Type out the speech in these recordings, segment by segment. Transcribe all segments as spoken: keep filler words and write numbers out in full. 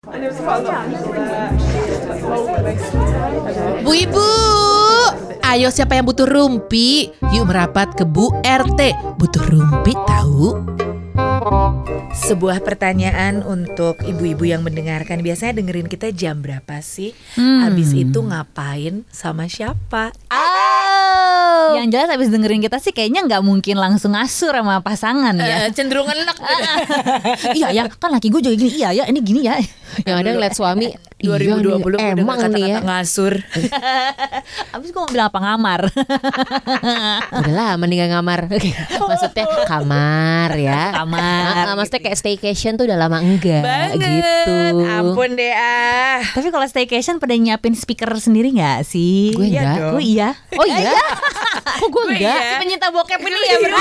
Bu Ibu, ayo siapa yang butuh rumpi? Yuk merapat ke Bu R T. Butuh rumpi tahu? Sebuah pertanyaan untuk ibu-ibu yang mendengarkan. Biasanya dengerin kita jam berapa sih? Hmm. Abis itu ngapain sama siapa? Oh. Yang jelas abis dengerin kita sih kayaknya gak mungkin langsung ngasur sama pasangan ya. Uh, cenderung enak. Iya ya, kan laki gue juga gini. Iya ya, ini gini ya. Yang ada ngeliat suami dua ribu dua puluh iya, emang emang nih ya ngasur. Abis gue mau bilang apa ngamar. udah lama nih gak ngamar. Maksudnya kamar ya. Kamar. Nah, maksudnya kayak staycation tuh udah lama enggak. Banget. Gitu. Ampun deh ah. Tapi kalau staycation pada nyiapin speaker sendiri gak sih? Gue Iya enggak. dong. Gue iya. Oh iya? Kok gue enggak? iya. Si pencinta bokep ini ya bener.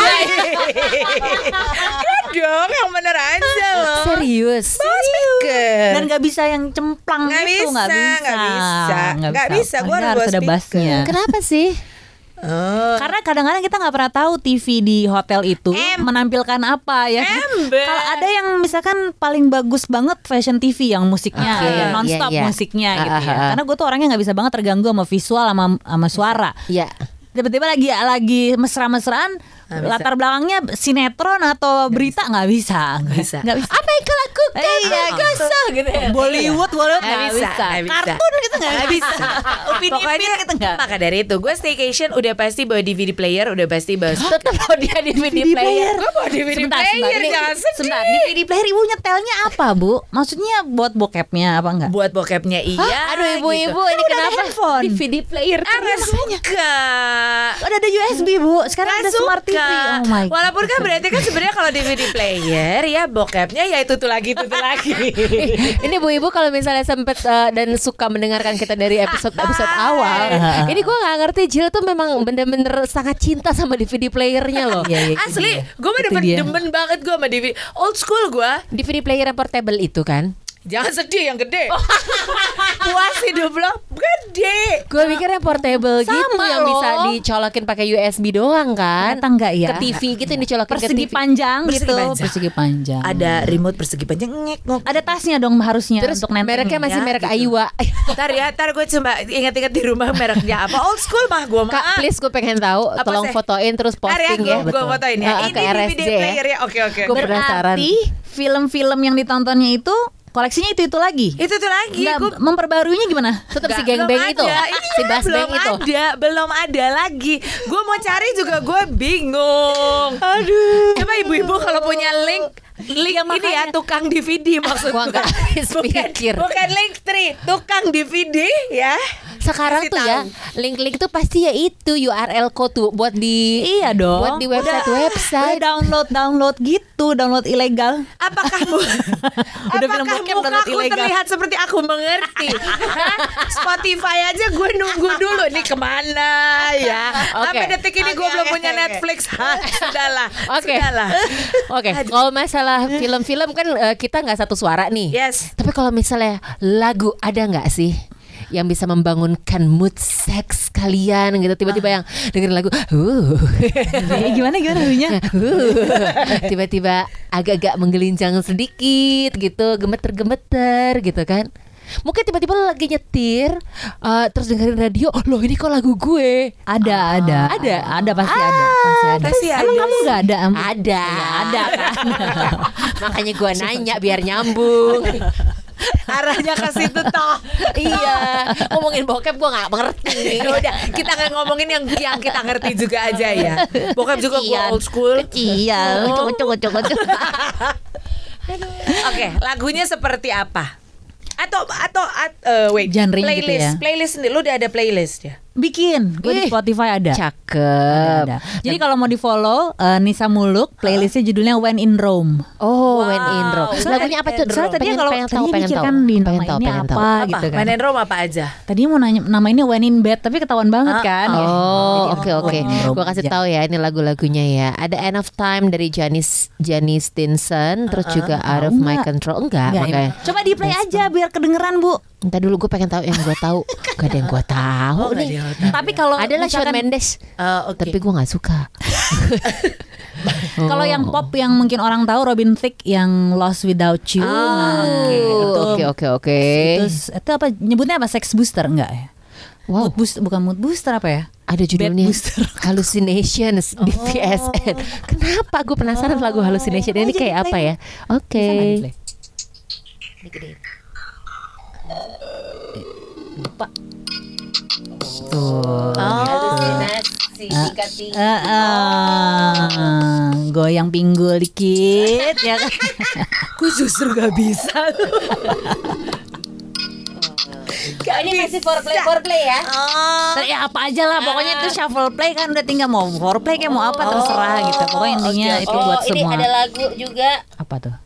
Iya dong, yang bener aja loh. Serius? Speaker. Dan gak bisa yang cemplang Nggak gitu. bisa, Gak bisa. nggak bisa. Nggak bisa, gue Makanya harus harus bawa ada speaker. bassnya. Kenapa sih? Oh. Karena kadang-kadang kita nggak pernah tahu T V di hotel itu Em- menampilkan apa ya. Ember. Kalau ada yang misalkan paling bagus banget fashion T V yang musiknya Oke, yang nonstop iya, iya. musiknya Ah, gitu ah, ya. ah. Karena gue tuh orangnya nggak bisa banget terganggu sama visual sama sama suara. Iya. Tiba-tiba lagi lagi mesra-mesraan, Nggak bisa. latar belakangnya sinetron atau berita nggak bisa, nggak bisa. nggak bisa. Apa yang kau lakukan? Iya, Gak usah gitu ya. Bollywood, Bollywood Nggak nggak bisa, bisa. nggak bisa. Kartun gitu nggak Nggak bisa. bisa. Upin Pokoknya Ipin gitu nggak. maka dari itu gue staycation udah pasti bawa D V D player, udah pasti bawa. Tetap mau dia di D V D player. Gue bawa D V D Sebentar, player, sebentar, ini- jangan sedih. sebentar, D V D player ibu nyetelnya apa bu? Maksudnya buat bokepnya apa enggak? Buat bokepnya iya. Aduh ibu-ibu gitu. ini Kan udah ada kenapa handphone. D V D player? Ah nggak suka. Udah ada U S B bu, sekarang Nggak ada smart T V. suka. Oh my god. Walaupun kan berarti kan sebenarnya kalau D V D player ya bokepnya ya itu tuh lagi itu tuh lagi. Ini Bu Ibu kalau misalnya sempet uh, dan suka mendengarkan kita dari episode-episode awal, ini gue nggak ngerti Jill tuh memang bener-bener sangat cinta sama D V D playernya loh. Iya, iya, itu Asli, dia. gue mah Itu demen, dia. demen banget gue sama D V D old school gue. D V D player yang portable itu kan? Jangan sedih yang gede. Puas hidup lo gede. Gue mikir yang portable gitu yang loh. bisa dicolokin pakai U S B doang kan? Ternyata enggak ya. Ke T V gitu yang dicolokin ke T V. Persegi panjang Persegi gitu. panjang. Persegi panjang. Ada remote persegi panjang ngek ngok. Ada tasnya dong harusnya Terus untuk nenteng. mereknya masih ya, merek gitu. Aiwa. Ntar ya, ntar gue coba ingat-ingat di rumah mereknya apa. Old school mah gue mah. Kak, please gue pengen tahu. Apa Tolong sih? fotoin terus Ntar ya, posting gue, ya. gue fotoin ya. Ah, Ini ke D R V S D J ya. player ya. Oke oke. Gue oke. penasaran. Berarti film-film yang ditontonnya itu koleksinya itu-itu lagi. Itu tuh lagi. Nggak, Gue memperbaruinya gimana? Tetap si Nggak, gengbeng belum itu. ada. Ini Si bass belum bang itu. ada, belum ada lagi. Gue mau cari juga gue bingung. Aduh. Coba ibu-ibu kalau punya link, link ini ya tukang D V D maksud Gua gue. nggak habis Bukan, pikir. bukan link tree, tukang D V D ya. Sekarang Kasih tuh ya tahu. link-link tuh pasti ya itu U R L code tuh buat di Iya dong. buat di website-website. Udah download download gitu, download ilegal. Apakah mu, Udah film apakah bokep download mukaku ilegal. terlihat seperti aku mengerti? Hah? Spotify aja gue nunggu dulu nih kemana ya. Oke. Sampai detik ini gue Oke, belum oke, punya oke. Netflix. Hah, sudahlah. Oke. Sudahlah. Oke, kalau masalah film-film kan eh, kita nggak satu suara nih. Yes. Tapi kalau misalnya lagu ada nggak sih yang bisa membangunkan mood seks kalian gitu tiba-tiba yang dengerin lagu uh, Eh, gimana gimana lagunya? uh, tiba-tiba agak-agak menggelincang sedikit gitu gemeter-gemeter gitu kan mungkin tiba-tiba lo lagi nyetir uh, terus dengerin radio loh ini kok lagu gue Ada, ada. Ada? Ada pasti ada. Pasti ada. pasti Emang ada. kamu enggak ada? Am? ada ada kan. makanya gue nanya biar nyambung. Arahnya ke situ toh. Iya, ngomongin bokep gue nggak mengerti. Ya udah, kita nggak ngomongin yang yang kita ngerti juga aja ya. Bokap juga gue Kecian. old school. Iya, Oh. cocok cocok cocok. Oke, lagunya seperti apa? Atau atau at- eh, wait, Genre-nya gitu playlist, ya? playlist sendiri. Lu udah ada playlist ya? Bikin, gue Ih, di Spotify ada. Cakep. Ada. Jadi kalau mau di follow uh, Nisa Muluk, playlistnya judulnya When in Rome. Oh, Wow. When in Rome. Lagunya apa tuh? Soalnya tadinya Pengen- kalau pengen tahu, tadinya pengen mikir tahu. kan di Pengen nama tahu, ini pengen apa, tahu. Apa? gitu kan. Main and Rome apa aja? Tadinya mau nanya nama ini When in Bed tapi ketahuan banget Ah, kan. Oh, Jadi, oke oke. When in Rome Gua kasih aja. tahu ya ini lagu-lagunya ya. Ada End of Time dari Janice Janice Stinson, terus juga Out of Tahu My nggak? Control. Enggak, Enggak, makanya. ini. Coba di play aja biar kedengeran Bu. Entar dulu gue pengen tahu yang gue tahu. Gak ada yang gue tahu Oh, nggak nih. ada yang tahu. Tapi kalau Adalah Shawn misalkan- Mendes. Eh, oke. Tapi gue nggak suka. Kalau yang pop yang mungkin orang tahu Robin Thicke yang Lost Without You. Nah, itu Oke oke oke. itu, itu apa nyebutnya apa? Sex booster enggak ya? Wow. Mood booster bukan mood booster apa ya? Ada judulnya Bad Booster. Hallucinations di V S N. Kenapa gue penasaran lagu Hallucination ini kayak apa ya? Oke. Lupa. Tuh. Halusinasi tingkat tinggi. Uh, uh, goyang pinggul dikit ya kan. Gue justru gak bisa. Oh, ini masih foreplay foreplay ya. Oh. Ya apa aja lah pokoknya itu shuffle play kan udah tinggal mau foreplay kayak mau apa terserah gitu. Pokoknya intinya Oke. itu Oh, buat ini semua. ada lagu juga. Apa tuh?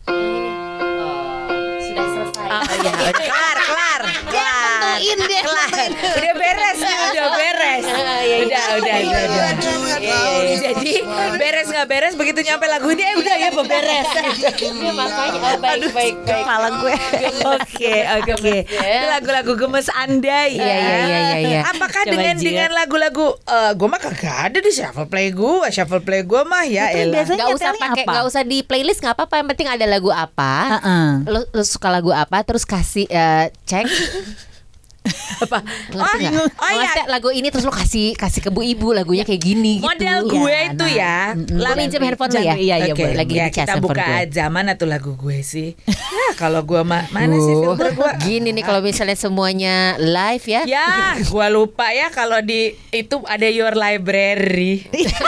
Sudah selesai. Oh, iya. Kelar, kelar, kelar. Tentuin deh. Kelar. Udah beres nih, udah beres. Udah, udah, udah, udah. Jadi beres nggak beres begitu nyampe lagu ini, eh udah ya beres. Iya makanya oh, baik baik baik. Kepala gue. Oke, oke, oke. Itu lagu-lagu gemes Anda ya. Iya, iya, iya, iya, iya. Apakah Coba dengan Jia. dengan lagu-lagu eh gue mah kagak ada di shuffle play gue, shuffle play gue mah ya Itu elah. biasanya Gak usah nyetelnya pakai, apa? gak usah di playlist nggak apa-apa. Yang penting ada lagu apa. Heeh. Lo, lo suka lagu apa? Terus kasih eh, cek. Apa? Ngerti nggak? Oh, oh Kalau ya. nggak, lagu ini terus lo kasih kasih ke bu ibu lagunya kayak gini. Model gitu. gue Ya, itu nah. ya. Mm-mm. Lo minjem handphone lo ya? Iya, iya, Oke, boleh. Lagi ya, di cas kita handphone buka gue. aja mana tuh lagu gue sih. Ya kalau gue mah mana sih Uh, filter gue? Gini nih kalau misalnya semuanya live ya. Ya, gue lupa ya kalau di itu ada Your Library.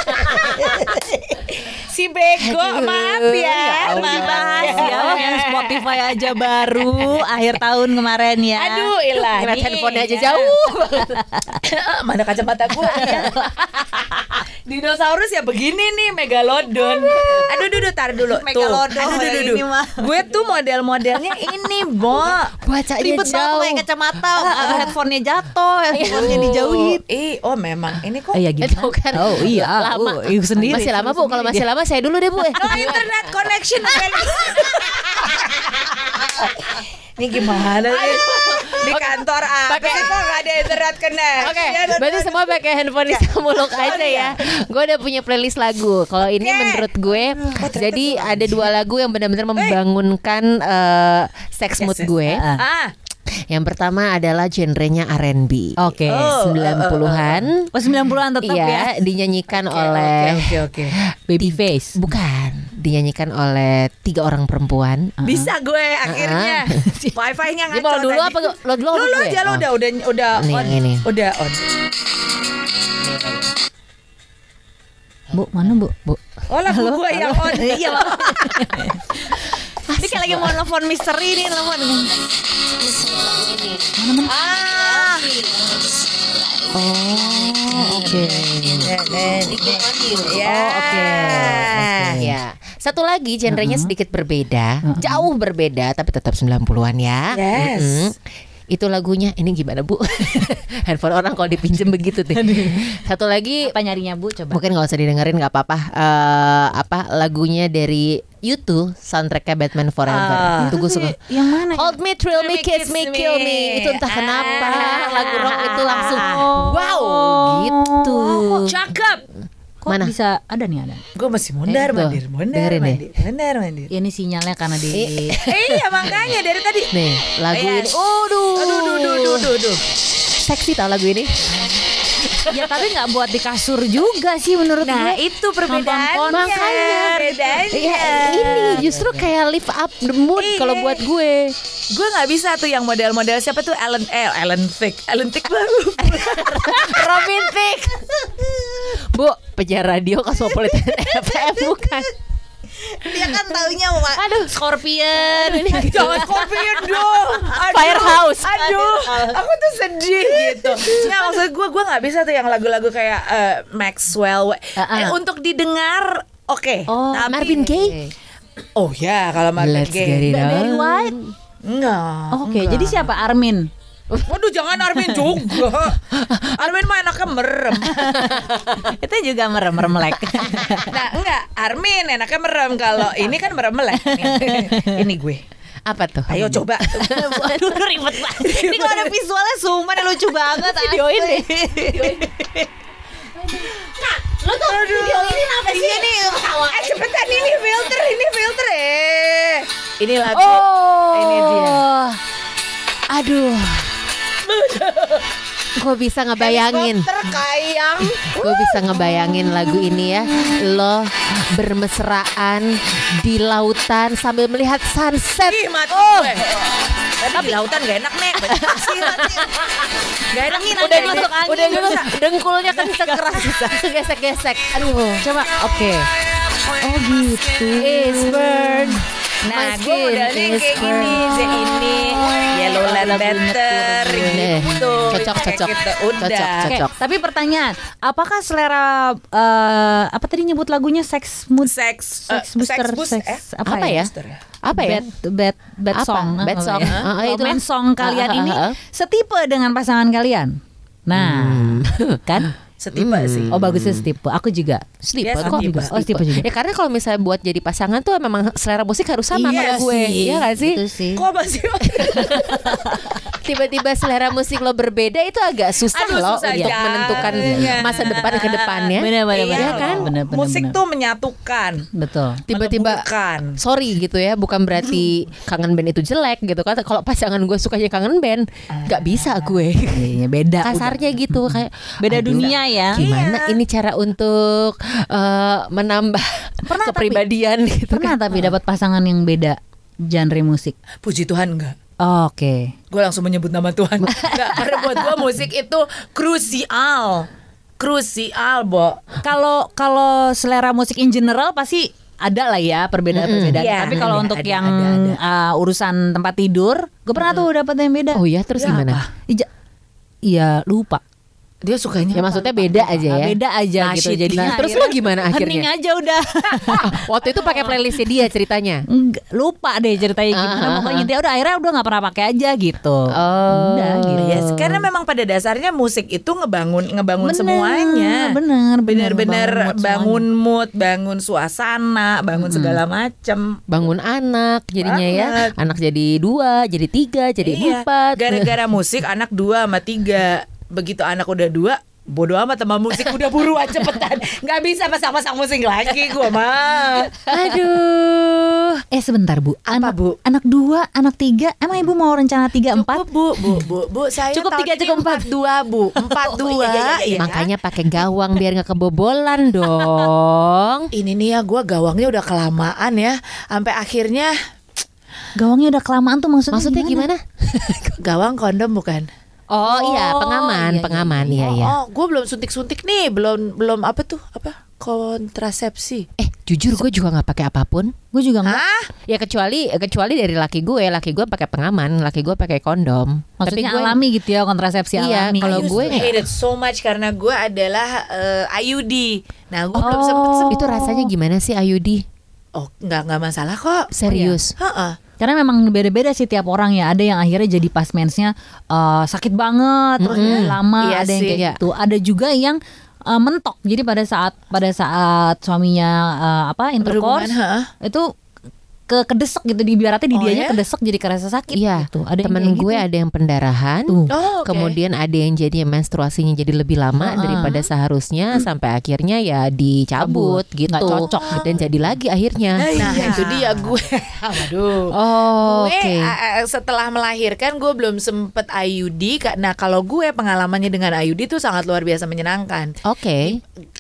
Si bego, Aduh, maaf ya, ya Allah. maaf Ya, ya. yang Spotify aja baru akhir tahun kemarin ya. Aduh, ilah. Ngeliat nih, handphonenya aja ya. jauh. Mana kacamata gue ya. Dinosaurus ya begini nih, megalodon. Aduh, duh, duh, tar dulu. Tuh. Megalodon Aduh, duh, duh, duh. ini mah. Gue tuh model-modelnya ini, Bo. Bacanya Ribet banget jauh. pakai kacamata, headphone-nya jatuh, headphone-nya dijauhin. Eh, oh memang ini kok. ya Itu kan Oh iya, lama. oh, iya sendiri. Masih lama bu. Kalau masih lama saya dulu deh bu. No internet connection. Ini gimana nih? Di kantor apa Pakai- sih kok gak ada internet connection? Oke, berarti semua pakai handphone di muluk aja ya. Gue udah punya playlist lagu. Kalau ini Oke. menurut gue, jadi ada dua lagu yang benar-benar membangunkan eh, sex mood Yes, yes. gue. Ah, Yang pertama adalah genrenya R and B. Oke. Oh. sembilan puluhan. Oh sembilan puluhan tetap ya. Iya, dinyanyikan oleh oke, oke. Babyface. bukan, dinyanyikan oleh tiga orang perempuan. Bisa gue akhirnya. Wifi-nya Jadi ngaco mau dulu tadi. apa lo dulu Lu apa lu gue? aja lu Oh. udah udah udah Nih, on. yang ini. Udah on. Bu, mana Bu? Bu. Oh lagu gue yang on. Iya, Pak. Ini kayak lagi mau nelfon misteri nih, nelfon. Ah. Oh, oke. Ya. Oh, oke. Ya. Satu lagi genrenya sedikit berbeda, jauh berbeda tapi tetap sembilan puluhan ya. Yes. Mm-mm. Itu lagunya, ini gimana Bu? Handphone orang kalau dipinjem begitu tuh. Satu lagi, Apa nyarinya Bu? Coba. mungkin nggak usah didengerin nggak apa-apa. Eh, apa lagunya dari U two, soundtracknya Batman Forever. Ah. Itu gue suka. Yang mana? Hold me, thrill me, kiss me, kill me. Itu entah kenapa lagu rock itu langsung wow gitu. Cakep. Kok Mana? bisa ada nih ada? Gue masih mondar Eh, tuh. mandir, mondar Dengerin deh. mandir, mondar mandir. Ya, ini sinyalnya karena di Eh, iya makanya dari tadi. Nih lagu Iya. ini, aduh, Aduh, duh, duh, duh, duh, duh. seksi tau lagu ini. Ya tapi nggak buat di kasur juga sih menurut Nah gue. itu perbedaannya. Makanya. bedanya. Ya, ini justru kayak lift up the mood Iya. kalau buat gue. Gue nggak bisa tuh yang model-model siapa tuh Alan eh Alan Thicke, Alan Thicke baru. Robin Thicke. Bu, penyiar radio Cosmopolitan F M bukan. Dia kan taunya aduh Scorpion ini. Jangan Scorpion dong. Aduh, Firehouse. Aduh, aku tuh sedih gitu. Nggak maksud gue, gue nggak bisa tuh yang lagu-lagu kayak eh, Maxwell. Uh-uh. Eh, untuk didengar, oke. Oh, Tapi- Marvin Gaye. Oh ya, kalau Marvin Let's get Gaye. it Barry on. White. Enggak. Oke, enggak. jadi siapa Armin? Waduh, jangan Armin juga. Armin mah enaknya merem. Itu juga merem-merem-melek. Nah, enggak, Armin enaknya merem. Kalau ini kan merem melek. Ini gue. Apa tuh? Ayo coba. Waduh ribet banget. Ini kalau ada visualnya sumpah lucu banget. Videoin deh. Lo tuh video ini apa sih? Ini eh cepetan ini filter, ini filter eh. Ini lagu. Oh, Ini dia. Aduh, gue bisa ngebayangin. Helikopter kayang. Gue bisa ngebayangin lagu ini ya. Lo bermesraan di lautan sambil melihat sunset. Ih, mati Oh, gue. Tapi di lautan gak enak nih. Banyak pasir nanti. Gak enak nih. udah gitu, udah gitu dengkulnya kenceng keras, gesek-gesek. Aduh, coba, oke. Oh gitu. Is burn. Nah, My gue skin modelnya is kayak gini, Z ini, Yellow Land Better, gitu. Cocok, Kayak cocok. gitu. Udah. Cocok, Oke, cocok. tapi pertanyaan, apakah selera eh, apa tadi nyebut lagunya Sex Mood Sex, Sex eh, Booster sex boost, sex, eh? apa, Apa ya? Booster ya? Apa ya? Bad, bad, bad Apa? song, Bad apa song. ya? Ah, ah, itulah. Romance song kalian Ah, ah, ini ah, ah. setipe dengan pasangan kalian. Nah, kan? Setipe sih. Oh bagusnya setipe. Aku juga. Setipe Dia kok setipe. Oh setipe juga. Ya karena kalau misalnya buat jadi pasangan tuh memang selera musik harus sama Iya sama gue. sih. Iya gak sih? Itu sih. Kok masih Tiba-tiba selera musik lo berbeda itu agak susah Aduh, loh susah untuk aja. menentukan Iya. masa depan ke depannya. Benar, benar, Iya benar, kan? benar, benar, Musik benar. tuh menyatukan. Betul. Tiba-tiba Meleburkan. sorry gitu ya, bukan berarti kangen band itu jelek gitu kan. Kalau pasangan gue sukanya kangen band, nggak bisa gue. Iya, beda. Kasarnya gitu kayak Beda aduh, dunia ya. Gimana Iya. ini cara untuk eh, menambah Pernah tapi- kepribadian gitu Pernah kan. tapi dapat pasangan yang beda genre musik. Puji Tuhan enggak. Oh, Oke. Gue langsung menyebut nama Tuhan. Enggak, karena buat gue musik itu krusial. Krusial, Bo. Kalau kalau selera musik in general pasti ada lah ya perbedaan-perbedaan. Iya, Tapi kalau ada, untuk ada, yang ada, ada. uh, urusan tempat tidur, gue pernah tuh dapat yang beda. Oh ya, terus gimana? Ija- Iya lupa. Dia sukanya Ya maksudnya beda aja ya. Ah, beda aja gitu. Nasyid. Jadinya Nah, terus akhirnya lo gimana akhirnya? hening aja udah. Ah, waktu itu pakai playlistnya dia ceritanya. Enggak, lupa deh ceritanya gimana. Ah, ah, Pokoknya dia udah akhirnya udah nggak pernah pakai aja gitu. Oh. Udah gitu. Yes, karena memang pada dasarnya musik itu ngebangun ngebangun Bener, semuanya. bener, bener, Bener-bener ngebangun mood bangun mood, bangun suasana, bangun segala macem. Bangun anak jadinya ya. Banget. Anak jadi dua, jadi tiga, jadi Iya, empat. gara-gara musik anak dua sama tiga. Begitu anak udah dua, bodo amat sama musik, udah buruan cepetan. Gak bisa pasang-pasang musik lagi gua mah. Aduh. Eh sebentar Bu. Apa, anak, Bu? Anak dua, anak tiga. Emang ibu mau rencana tiga empat? Cukup bu, bu, bu, bu, saya Cukup tahun tiga, ini cukup empat. dua bu, empat dua. ya. Makanya pakai gawang biar nggak kebobolan dong. Ini nih ya, gue gawangnya udah kelamaan ya, sampai akhirnya Gawangnya udah kelamaan tuh maksudnya, Maksudnya gimana? gawang kondom bukan? Oh, iya, Oh, pengaman, iya, iya, pengaman, iya oh, iya. oh gue belum suntik-suntik nih, belum belum apa tuh apa kontrasepsi? Eh, jujur gue juga nggak pakai apapun. Gue juga enggak. Hah? Ya kecuali kecuali dari laki gue, laki gue pakai pengaman, laki gue pakai kondom. Maksudnya gue alami gitu ya, kontrasepsi Iya, alami. kalau I used gue to nggak. hate it so much karena gue adalah eh, I U D. Nah gue belum Oh. sempet sempet. itu rasanya gimana sih Ayudi? Oh nggak nggak masalah kok. Serius? Heeh. Karena memang beda-beda sih tiap orang ya. Ada yang akhirnya jadi pas mensnya eh, sakit banget, terus Mm-mm. lama. Iya ada yang sih. kayak Iya. gitu. Ada juga yang eh, mentok. Jadi pada saat pada saat suaminya eh, apa intercourse Berhubungan, heeh. itu ke kedesek gitu, di ibaratnya di Oh, dianya ya? kedesek jadi kerasa sakit Iya, gitu. Ada yang temen kayak gue gitu. ada yang pendarahan. Tuh. Oh, oke. Kemudian ada yang jadi menstruasinya jadi lebih lama Ha-ha. daripada seharusnya sampai akhirnya ya dicabut Cabut. gitu. Nggak cocok gitu. Dan jadi lagi akhirnya. Nah Iya. itu dia gue. Aduh. Oh, gue oke. a- a- setelah melahirkan gue belum sempet I U D. Ka- Nah kalau gue pengalamannya dengan I U D itu sangat luar biasa menyenangkan. Oke.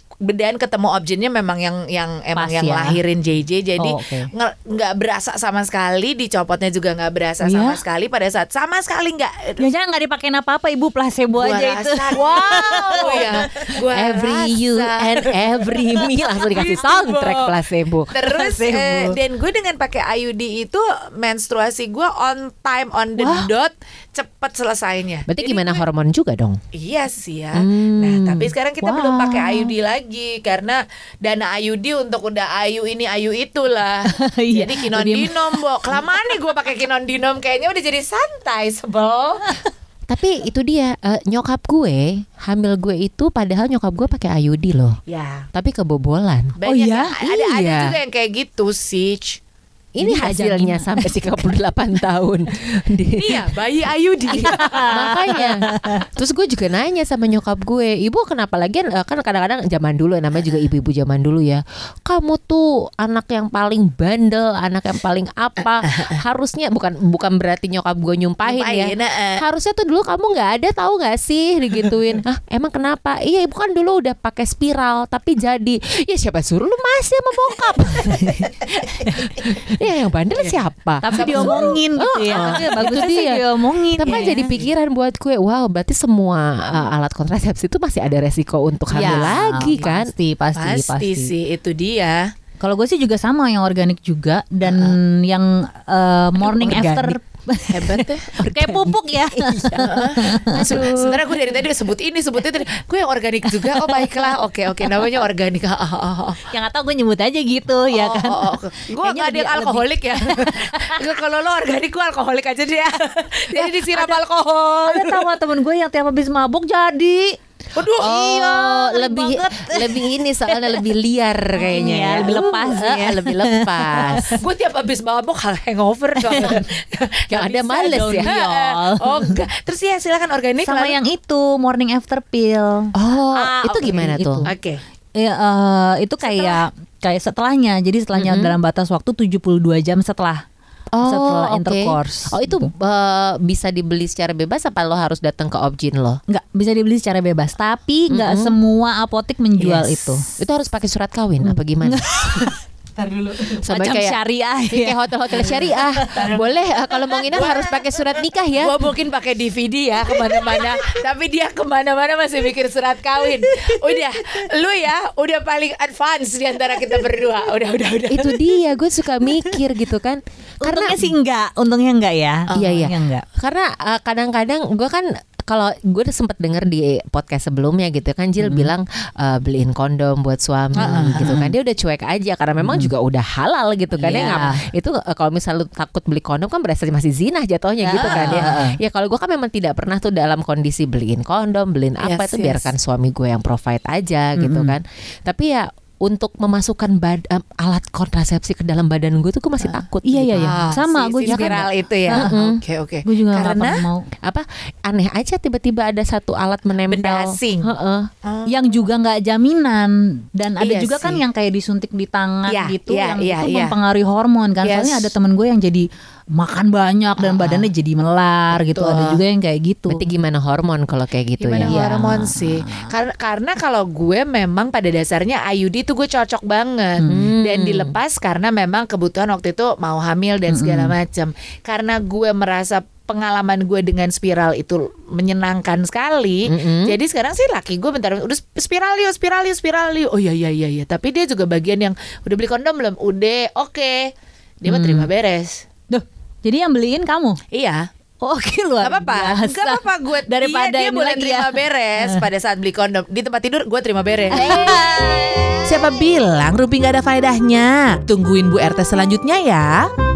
Dan ketemu objeknya memang yang yang emang Pas yang ya. lahirin J J, jadi Oh, oke. nge- nggak berasa sama sekali, dicopotnya juga nggak berasa Iya? sama sekali pada saat sama sekali nggak. Ya jangan nggak dipakein apa-apa, ibu placebo Gua aja itu. rasa, wow ya, gua Every you rasa. and every me langsung dikasih Gitu, soundtrack Bo. placebo. Terus Placebo. eh, dan gue dengan pakai I U D itu menstruasi gue on time on the Wah. dot, cepet selesainya. Berarti Jadi gimana gue- hormon juga dong? Iya sih ya. Hmm. Nah, tapi sekarang kita belum Wow. pakai I U D lagi karena dana I U D untuk udah ayu ini ayu itulah. Iya, Jadi lebih- kinondinom, Bo. Kelamaan nih gue pakai kinondinom, kayaknya udah jadi santai, sebel. Tapi itu dia eh, nyokap gue hamil gue itu padahal nyokap gue pakai I U D loh. Ya. Tapi kebobolan. Banyak ya? yang- ada ada Iya. juga yang kayak gitu sih. Ini hasilnya sampai tiga puluh delapan tahun. Di- Iya, bayi Ayudi. Makanya. Terus gue juga nanya sama nyokap gue, ibu kenapa lagi kan kadang-kadang zaman dulu namanya juga ibu-ibu zaman dulu ya. Kamu tuh anak yang paling bandel, anak yang paling apa? Harusnya bukan bukan berarti nyokap gue nyumpahin, Nyumpahin, ya. eh. Harusnya tuh dulu kamu nggak ada, tahu nggak sih digituin. Ah, emang kenapa? Iya, ibu kan dulu udah pakai spiral tapi jadi. Ya siapa suruh lu masih sama bokap? Ya yang bandel siapa? Tapi diomongin gitu ya. Oh, Tapi itu bagusnya sih dia. diomongin. Tapi kan ya. jadi pikiran buat gue, wow berarti semua uh, alat kontrasepsi itu masih ada resiko untuk hamil Ya, lagi kan? Pasti, pasti, Pasti, sih itu dia. Kalau gue sih juga sama, yang organik juga dan yang uh, morning Organik. after Hebat ya. kayak pupuk ya. Se- Sebenarnya gue dari tadi udah sebut ini, sebut itu. Gue yang organik juga. Oh baiklah, oke oke namanya organik. Ah, ah, ah, ah. Yang atau gue nyebut aja gitu ya kan. Oh, oh, oh. Gue Kayaknya gak ada yang lebih- alkoholik ya. Kalau lo organik, gue alkoholik aja deh. Jadi disiram alkohol. Ada tahu temen gue yang tiap habis mabuk jadi. Aduh, Oh, Iya, lebih banget. lebih ini soalnya lebih liar kayaknya Iya, ya. lebih lepas Uh, ya. lebih lepas. gue tiap habis mabok hal hangover dong. Yang ada males ya. Yol. Oh enggak. Terus ya silakan organik. Sama lalu. yang itu morning after pill. Oh, Ah, itu oke, gimana itu. tuh? Oke. Ya, eh, itu kayak kayak setelahnya. Jadi setelahnya Mm-hmm. dalam batas waktu tujuh puluh dua jam setelah setelah oke. intercourse. Oh itu gitu. uh, bisa dibeli secara bebas apa lo harus datang ke objin lo? Nggak bisa dibeli secara bebas, tapi nggak semua apotek menjual Yes. itu. Itu harus pakai surat kawin apa gimana? Sama Macam kayak syariah kayak ya. hotel-hotel syariah. Boleh uh, kalau mau nginep harus pakai surat nikah ya. Gue mungkin pakai D V D ya kemana-mana. Tapi dia kemana-mana masih mikir surat kawin. Udah, lu ya udah paling advance di antara kita berdua. Udah, udah, udah. Itu dia, gue suka mikir gitu kan. Untungnya sih enggak, untungnya enggak ya. Iya, iya. Untungnya enggak. Karena uh, kadang-kadang gue kan kalau gue udah sempet denger di podcast sebelumnya gitu kan Jill bilang uh, beliin kondom buat suami gitu kan, dia udah cuek aja karena memang juga udah halal gitu kan ya. Iya. Ngap- itu uh, kalau misalnya lu takut beli kondom kan berarti masih zina jatuhnya gitu kan ya. Ya kalau gue kan memang tidak pernah tuh dalam kondisi beliin kondom, beliin apa Yes, itu yes. biarkan suami gue yang provide aja gitu kan. Tapi ya untuk memasukkan bad- um, alat kontrasepsi ke dalam badan gue tuh gue masih takut. Iya, iya, gitu. iya. Sama, si, gue si juga spiral enggak. itu ya. Mm-mm. Oke, oke. Gue juga nggak Karena pernah mau. Apa aneh aja tiba-tiba ada satu alat menempel. Benda asing. Heeh. Yang juga nggak jaminan, dan ada Iya juga sih. kan yang kayak disuntik di tangan Iya, gitu, iya, yang iya, itu iya. mempengaruhi hormon kan. Yes. Soalnya ada temen gue yang jadi makan banyak dan badannya jadi melar gitu. Betul. Ada juga yang kayak gitu. Berarti gimana hormon kalau kayak gitu Gimana ya? Iya. hormon sih? Karena karena kalau gue memang pada dasarnya I U D itu gue cocok banget Hmm. dan dilepas karena memang kebutuhan waktu itu mau hamil dan segala macam. Karena gue merasa pengalaman gue dengan spiral itu menyenangkan sekali. Mm-mm. Jadi sekarang sih laki gue bentar udah spiral yuk, spiral yuk, spiral yuk. Oh iya iya iya iya. Tapi dia juga bagian yang udah beli kondom belum? Udah, oke. Dia mah terima beres. Duh, jadi yang beliin kamu? Iya. Oke, luar Gak apa-apa, biasa. gak apa-apa gue Daripada dia, dia ini boleh lagi terima ya. beres pada saat beli kondom. Di tempat tidur gue terima beres. Siapa bilang Ruby gak ada faedahnya? Tungguin Bu R T selanjutnya ya.